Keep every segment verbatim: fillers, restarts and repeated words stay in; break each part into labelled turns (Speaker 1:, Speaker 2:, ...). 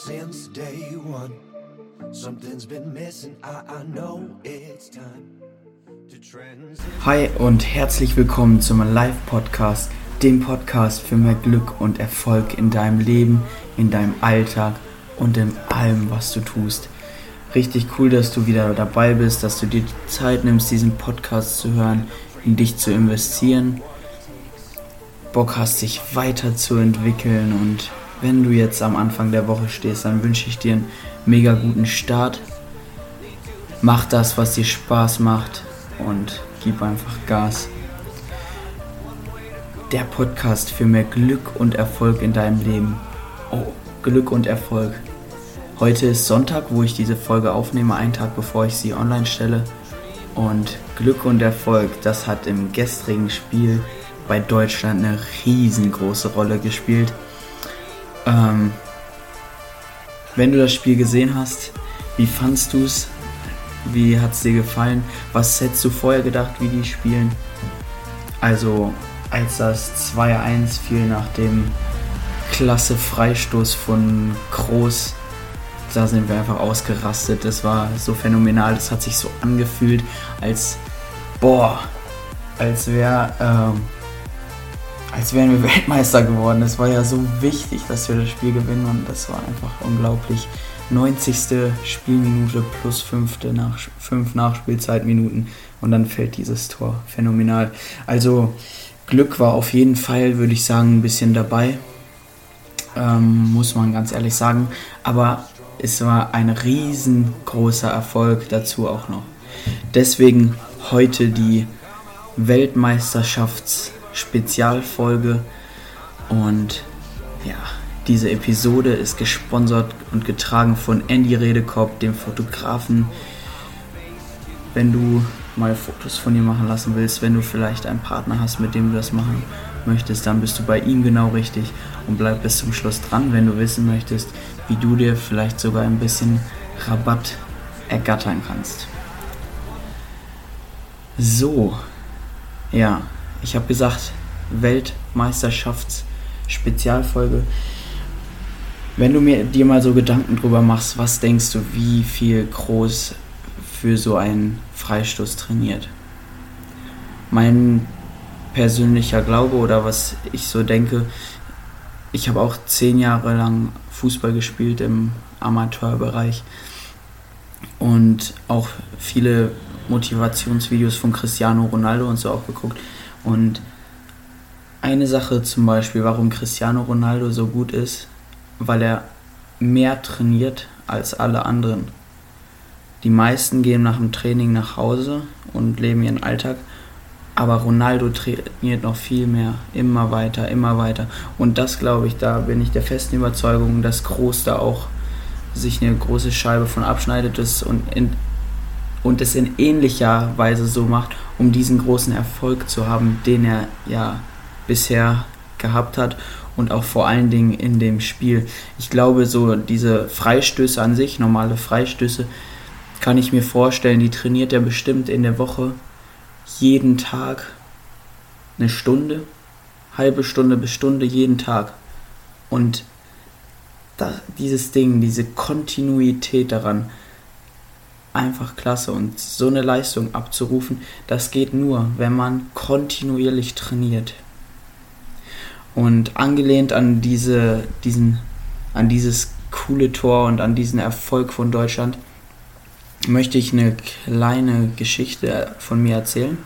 Speaker 1: since day one. Something's been missing, I, I know it's time to transition.
Speaker 2: Hi und herzlich willkommen zum Live-Podcast, dem Podcast für mehr Glück und Erfolg in deinem Leben, in deinem Alltag und in allem, was du tust. Richtig cool, dass du wieder dabei bist, dass du dir die Zeit nimmst, diesen Podcast zu hören, in dich zu investieren, Bock hast, dich weiterzuentwickeln, und wenn du jetzt am Anfang der Woche stehst, dann wünsche ich dir einen mega guten Start. Mach das, was dir Spaß macht, und gib einfach Gas. Der Podcast für mehr Glück und Erfolg in deinem Leben. Oh, Glück und Erfolg. Heute ist Sonntag, wo ich diese Folge aufnehme, einen Tag bevor ich sie online stelle. Und Glück und Erfolg, das hat im gestrigen Spiel bei Deutschland eine riesengroße Rolle gespielt. Ähm, wenn du das Spiel gesehen hast, wie fandst du es? Wie hat es dir gefallen? Was hättest du vorher gedacht, wie die spielen? Also, als das zwei eins fiel nach dem klasse Freistoß von Kroos, da sind wir einfach ausgerastet. Das war so phänomenal. Das hat sich so angefühlt, als, boah, als wäre, ähm, als wären wir Weltmeister geworden. Es war ja so wichtig, dass wir das Spiel gewinnen, und das war einfach unglaublich. neunzigste Spielminute plus fünfte nach, fünf Nachspielzeitminuten, und dann fällt dieses Tor. Phänomenal. Also Glück war auf jeden Fall, würde ich sagen, ein bisschen dabei. Ähm, muss man ganz ehrlich sagen. Aber es war ein riesengroßer Erfolg dazu auch noch. Deswegen heute die Weltmeisterschafts-Spezialfolge, und ja, diese Episode ist gesponsert und getragen von Andy Redekopp, dem Fotografen. Wenn du mal Fotos von dir machen lassen willst, wenn du vielleicht einen Partner hast, mit dem du das machen möchtest, dann bist du bei ihm genau richtig, und bleib bis zum Schluss dran, wenn du wissen möchtest, wie du dir vielleicht sogar ein bisschen Rabatt ergattern kannst. So, ja, ich habe gesagt, Weltmeisterschafts-Spezialfolge. Wenn du mir dir mal so Gedanken drüber machst, was denkst du, wie viel Kroos für so einen Freistoß trainiert? Mein persönlicher Glaube, oder was ich so denke, ich habe auch zehn Jahre lang Fußball gespielt im Amateurbereich und auch viele Motivationsvideos von Cristiano Ronaldo und so auch geguckt. Und eine Sache zum Beispiel, warum Cristiano Ronaldo so gut ist, weil er mehr trainiert als alle anderen. Die meisten gehen nach dem Training nach Hause und leben ihren Alltag, aber Ronaldo trainiert noch viel mehr, immer weiter, immer weiter. Und das, glaube ich, da bin ich der festen Überzeugung, dass Kroos da auch sich eine große Scheibe von abschneidet ist und, in, und es in ähnlicher Weise so macht, um diesen großen Erfolg zu haben, den er ja bisher gehabt hat, und auch vor allen Dingen in dem Spiel. Ich glaube, so diese Freistöße an sich, normale Freistöße, kann ich mir vorstellen, die trainiert er bestimmt in der Woche jeden Tag eine Stunde, halbe Stunde bis Stunde jeden Tag. Und da, dieses Ding, diese Kontinuität daran, einfach klasse. Und so eine Leistung abzurufen, das geht nur, wenn man kontinuierlich trainiert. Und angelehnt an diese, diesen, an dieses coole Tor und an diesen Erfolg von Deutschland möchte ich eine kleine Geschichte von mir erzählen.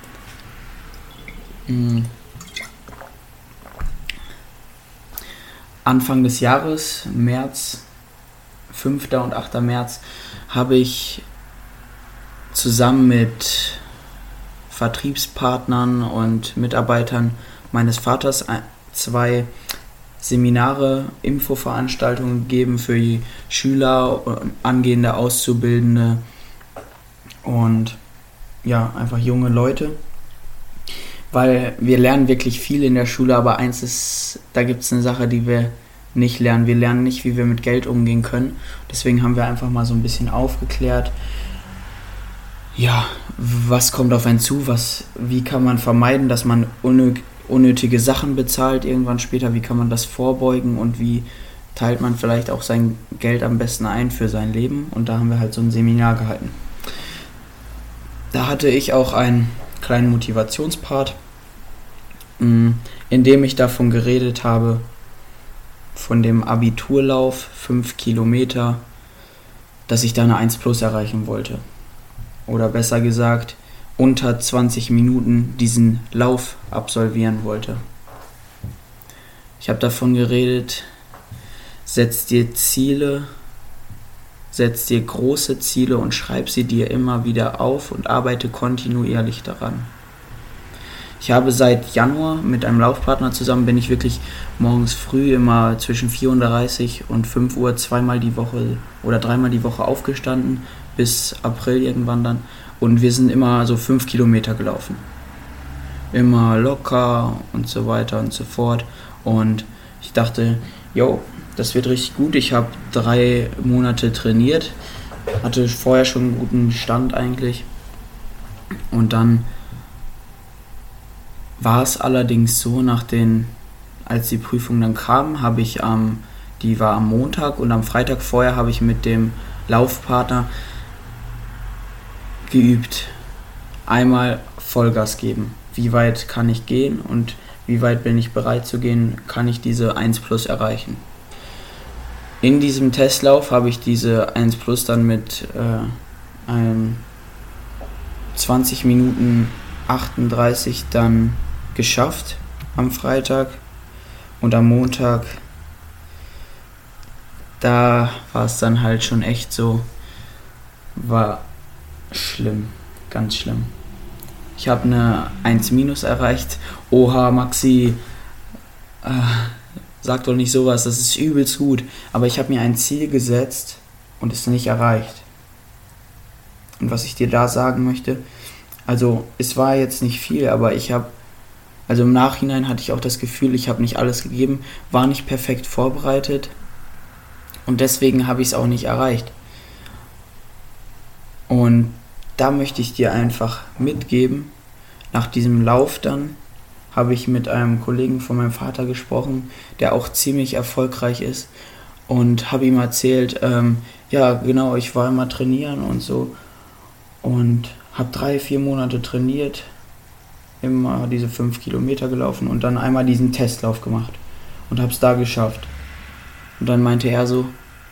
Speaker 2: Anfang des Jahres, März, fünfter und achter März, habe ich zusammen mit Vertriebspartnern und Mitarbeitern meines Vaters zwei Seminare, Infoveranstaltungen gegeben für die Schüler, angehende Auszubildende und ja, einfach junge Leute. Weil wir lernen wirklich viel in der Schule, aber eins ist, da gibt es eine Sache, die wir nicht lernen. Wir lernen nicht, wie wir mit Geld umgehen können. Deswegen haben wir einfach mal so ein bisschen aufgeklärt, ja, was kommt auf einen zu, was, wie kann man vermeiden, dass man unnötig unnötige Sachen bezahlt irgendwann später, wie kann man das vorbeugen und wie teilt man vielleicht auch sein Geld am besten ein für sein Leben. Und da haben wir halt so ein Seminar gehalten. Da hatte ich auch einen kleinen Motivationspart, in dem ich davon geredet habe, von dem Abiturlauf, fünf Kilometer, dass ich da eine eins plus erreichen wollte. Oder besser gesagt, unter zwanzig Minuten diesen Lauf absolvieren wollte. Ich habe davon geredet, setz dir Ziele, setz dir große Ziele und schreib sie dir immer wieder auf und arbeite kontinuierlich daran. Ich habe seit Januar mit einem Laufpartner zusammen, bin ich wirklich morgens früh immer zwischen vier Uhr dreißig und fünf Uhr zweimal die Woche oder dreimal die Woche aufgestanden, bis April irgendwann dann. Und wir sind immer so fünf Kilometer gelaufen. Immer locker und so weiter und so fort. Und ich dachte, jo, das wird richtig gut. Ich habe drei Monate trainiert, hatte vorher schon einen guten Stand eigentlich. Und dann war es allerdings so, nach den, als die Prüfung dann kam, habe ich am, die war am Montag und am Freitag vorher habe ich mit dem Laufpartner geübt. Einmal Vollgas geben. Wie weit kann ich gehen und wie weit bin ich bereit zu gehen, kann ich diese eins plus erreichen. In diesem Testlauf habe ich diese eins plus dann mit äh, einem zwanzig Minuten achtunddreißig dann geschafft am Freitag. Und am Montag, da war es dann halt schon echt so, war schlimm, ganz schlimm. Ich habe eine eins minus erreicht. Oha, Maxi, äh, sag doch nicht sowas, das ist übelst gut. Aber ich habe mir ein Ziel gesetzt und es nicht erreicht. Und was ich dir da sagen möchte, also es war jetzt nicht viel, aber ich habe, also im Nachhinein hatte ich auch das Gefühl, ich habe nicht alles gegeben, war nicht perfekt vorbereitet und deswegen habe ich es auch nicht erreicht. Und da möchte ich dir einfach mitgeben, nach diesem Lauf dann habe ich mit einem Kollegen von meinem Vater gesprochen, der auch ziemlich erfolgreich ist und habe ihm erzählt, ähm, ja genau, ich war immer trainieren und so und habe drei, vier Monate trainiert, immer diese fünf Kilometer gelaufen und dann einmal diesen Testlauf gemacht und habe es da geschafft. Und dann meinte er so,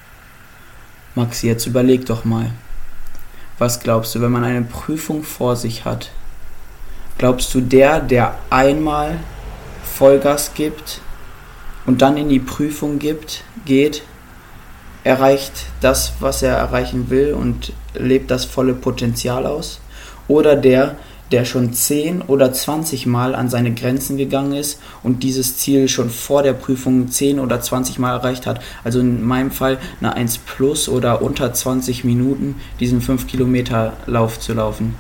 Speaker 2: Max, jetzt überleg doch mal, was glaubst du, wenn man eine Prüfung vor sich hat, glaubst du, der, der einmal Vollgas gibt und dann in die Prüfung gibt, geht, erreicht das, was er erreichen will und lebt das volle Potenzial aus? Oder der, der schon zehn oder zwanzig Mal an seine Grenzen gegangen ist und dieses Ziel schon vor der Prüfung zehn oder zwanzig Mal erreicht hat. Also in meinem Fall eine eins plus oder unter zwanzig Minuten diesen fünf Kilometer Lauf zu laufen.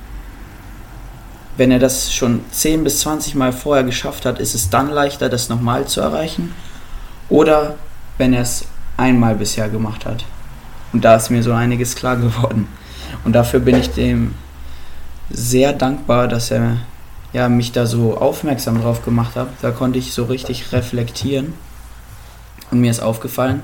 Speaker 2: Wenn er das schon zehn bis zwanzig Mal vorher geschafft hat, ist es dann leichter, das nochmal zu erreichen? Oder wenn er es einmal bisher gemacht hat? Und da ist mir so einiges klar geworden. Und dafür bin ich dem sehr dankbar, dass er ja, mich da so aufmerksam drauf gemacht hat. Da konnte ich so richtig reflektieren. Und mir ist aufgefallen,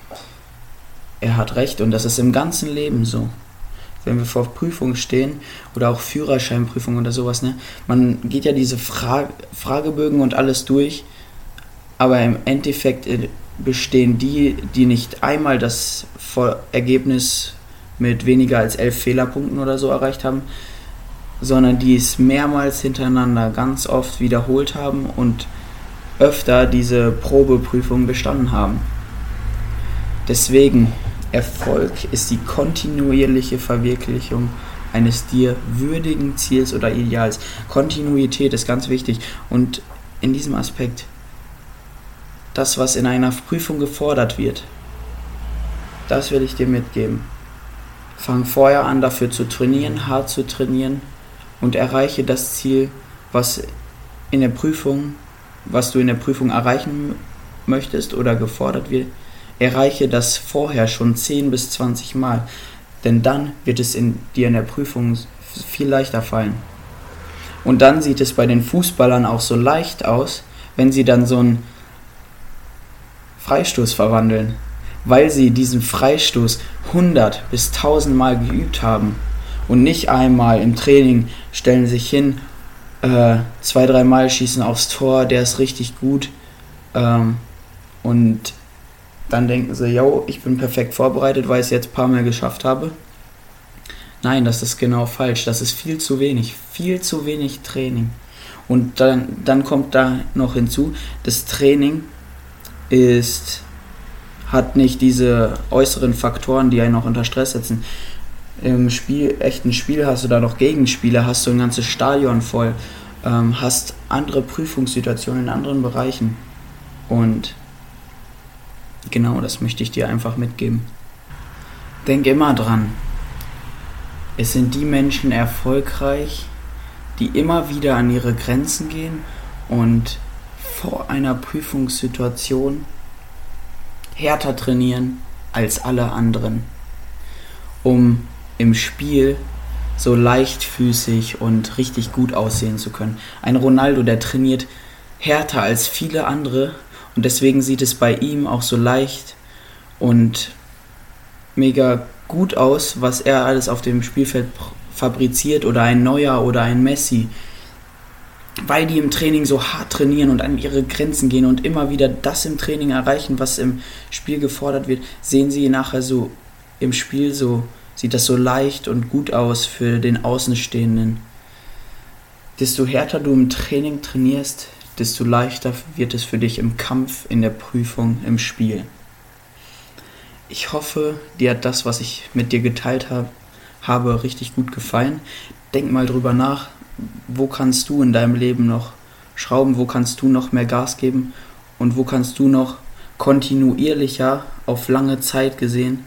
Speaker 2: er hat recht. Und das ist im ganzen Leben so. Wenn wir vor Prüfungen stehen oder auch Führerscheinprüfungen oder sowas, ne, man geht ja diese Fra- Fragebögen und alles durch, aber im Endeffekt bestehen die, die nicht einmal das Ergebnis mit weniger als elf Fehlerpunkten oder so erreicht haben, sondern die es mehrmals hintereinander ganz oft wiederholt haben und öfter diese Probeprüfung bestanden haben. Deswegen, Erfolg ist die kontinuierliche Verwirklichung eines dir würdigen Ziels oder Ideals. Kontinuität ist ganz wichtig und in diesem Aspekt, das, was in einer Prüfung gefordert wird, das will ich dir mitgeben. Fang vorher an, dafür zu trainieren, hart zu trainieren und erreiche das Ziel, was in der Prüfung, was du in der Prüfung erreichen möchtest oder gefordert wird. Erreiche das vorher schon zehn bis zwanzig Mal, denn dann wird es in dir in der Prüfung viel leichter fallen. Und dann sieht es bei den Fußballern auch so leicht aus, wenn sie dann so einen Freistoß verwandeln. weil sie diesen Freistoß hundert bis tausend Mal geübt haben und nicht einmal im Training stellen sich hin, äh, zwei, drei Mal schießen aufs Tor, der ist richtig gut ähm, und dann denken sie, yo, ich bin perfekt vorbereitet, weil ich es jetzt ein paar Mal geschafft habe. Nein, das ist genau falsch. Das ist viel zu wenig. Viel zu wenig Training. Und dann, dann kommt da noch hinzu, das Training ist, hat nicht diese äußeren Faktoren, die einen auch unter Stress setzen. Im Spiel, echten Spiel hast du da noch Gegenspieler, hast du ein ganzes Stadion voll, ähm, hast andere Prüfungssituationen in anderen Bereichen. Und genau, das möchte ich dir einfach mitgeben. Denk immer dran, es sind die Menschen erfolgreich, die immer wieder an ihre Grenzen gehen und vor einer Prüfungssituation härter trainieren als alle anderen, um im Spiel so leichtfüßig und richtig gut aussehen zu können. Ein Ronaldo, der trainiert härter als viele andere und deswegen sieht es bei ihm auch so leicht und mega gut aus, was er alles auf dem Spielfeld fabriziert, oder ein Neuer oder ein Messi, weil die im Training so hart trainieren und an ihre Grenzen gehen und immer wieder das im Training erreichen, was im Spiel gefordert wird, sehen sie nachher so im Spiel so, sieht das so leicht und gut aus für den Außenstehenden. Desto härter du im Training trainierst, desto leichter wird es für dich im Kampf, in der Prüfung, im Spiel. Ich hoffe, dir hat das, was ich mit dir geteilt habe, habe richtig gut gefallen. Denk mal drüber nach, wo kannst du in deinem Leben noch schrauben, wo kannst du noch mehr Gas geben und wo kannst du noch kontinuierlicher auf lange Zeit gesehen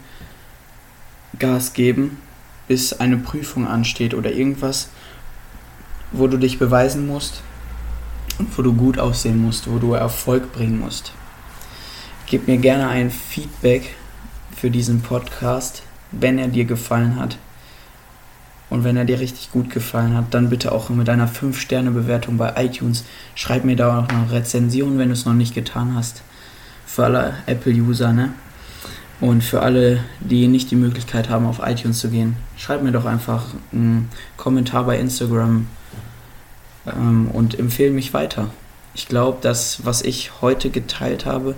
Speaker 2: Gas geben, bis eine Prüfung ansteht oder irgendwas, wo du dich beweisen musst und wo du gut aussehen musst, wo du Erfolg bringen musst. Gib mir gerne ein Feedback für diesen Podcast, wenn er dir gefallen hat. Und wenn er dir richtig gut gefallen hat, dann bitte auch mit einer fünf Sterne Bewertung bei iTunes. Schreib mir da auch noch eine Rezension, wenn du es noch nicht getan hast. Für alle Apple-User, ne? Und für alle, die nicht die Möglichkeit haben, auf iTunes zu gehen, schreib mir doch einfach einen Kommentar bei Instagram ähm, und empfehle mich weiter. Ich glaube, das, was ich heute geteilt habe,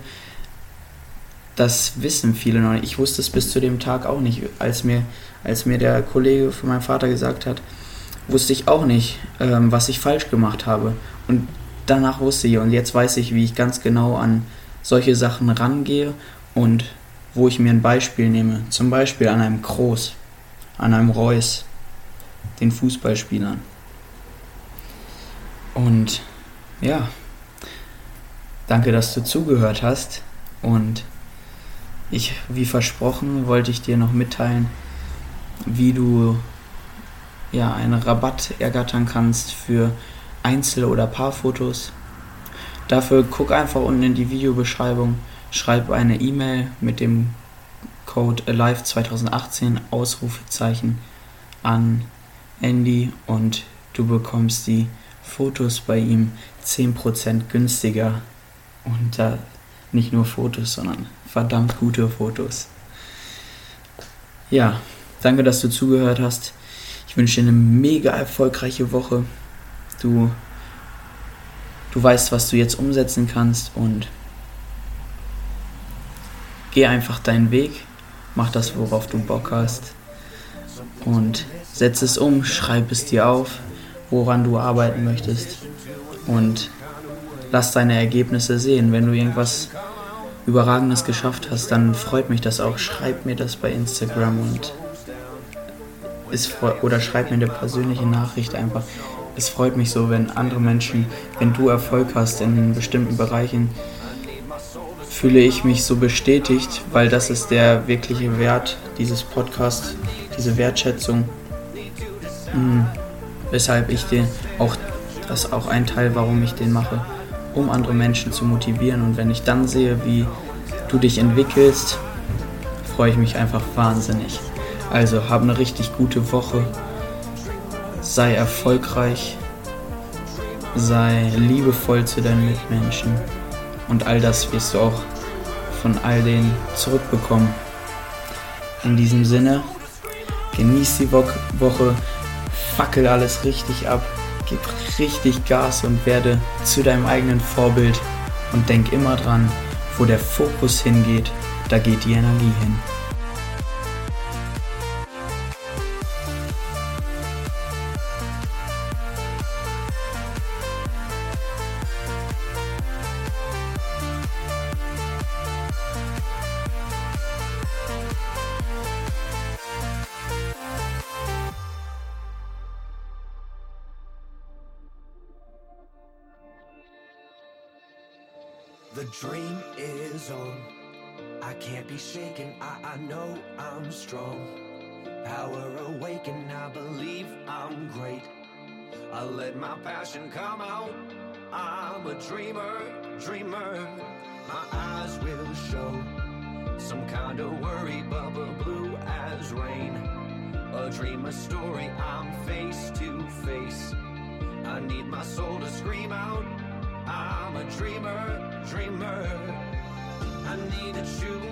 Speaker 2: das wissen viele noch nicht. Ich wusste es bis zu dem Tag auch nicht. Als mir, als mir der Kollege von meinem Vater gesagt hat, wusste ich auch nicht, ähm, was ich falsch gemacht habe. Und danach wusste ich, und jetzt weiß ich, wie ich ganz genau an solche Sachen rangehe und wo ich mir ein Beispiel nehme. Zum Beispiel an einem Kroos, an einem Reus, den Fußballspielern. Und ja, danke, dass du zugehört hast. Und ich, wie versprochen, wollte ich dir noch mitteilen, wie du ja einen Rabatt ergattern kannst für Einzel- oder Paarfotos. Dafür guck einfach unten in die Videobeschreibung, schreib eine E-Mail mit dem Code Alive zwanzig achtzehn Ausrufezeichen an Andy und du bekommst die Fotos bei ihm zehn Prozent günstiger. Und da nicht nur Fotos, sondern verdammt gute Fotos. Ja, danke, dass du zugehört hast. Ich wünsche dir eine mega erfolgreiche Woche. Du, du weißt, was du jetzt umsetzen kannst und geh einfach deinen Weg. Mach das, worauf du Bock hast. Und setz es um, schreib es dir auf, woran du arbeiten möchtest. Und lass deine Ergebnisse sehen. Wenn du irgendwas Überragendes geschafft hast, dann freut mich das auch. Schreib mir das bei Instagram und es freu- oder schreib mir eine persönliche Nachricht einfach. Es freut mich so, wenn andere Menschen, wenn du Erfolg hast in bestimmten Bereichen, fühle ich mich so bestätigt, weil das ist der wirkliche Wert dieses Podcasts, diese Wertschätzung, mh, weshalb ich den auch, das ist auch ein Teil, warum ich den mache, um andere Menschen zu motivieren. Und wenn ich dann sehe, wie du dich entwickelst, freue ich mich einfach wahnsinnig. Also hab eine richtig gute Woche, sei erfolgreich, sei liebevoll zu deinen Mitmenschen und all das wirst du auch von all denen zurückbekommen. In diesem Sinne, genieß die Wo- Woche, fackel alles richtig ab, gib richtig Gas und werde zu deinem eigenen Vorbild und denk immer dran, wo der Fokus hingeht, da geht die Energie hin.
Speaker 1: The dream is on, I can't be shaken, I, I know I'm strong. Power awaken, I believe I'm great. I let my passion come out, I'm a dreamer, dreamer. My eyes will show some kind of worry, bubble blue as rain. A dream, a story, I'm face to face. I need my soul to scream out, I'm a dreamer, dreamer. I need to choose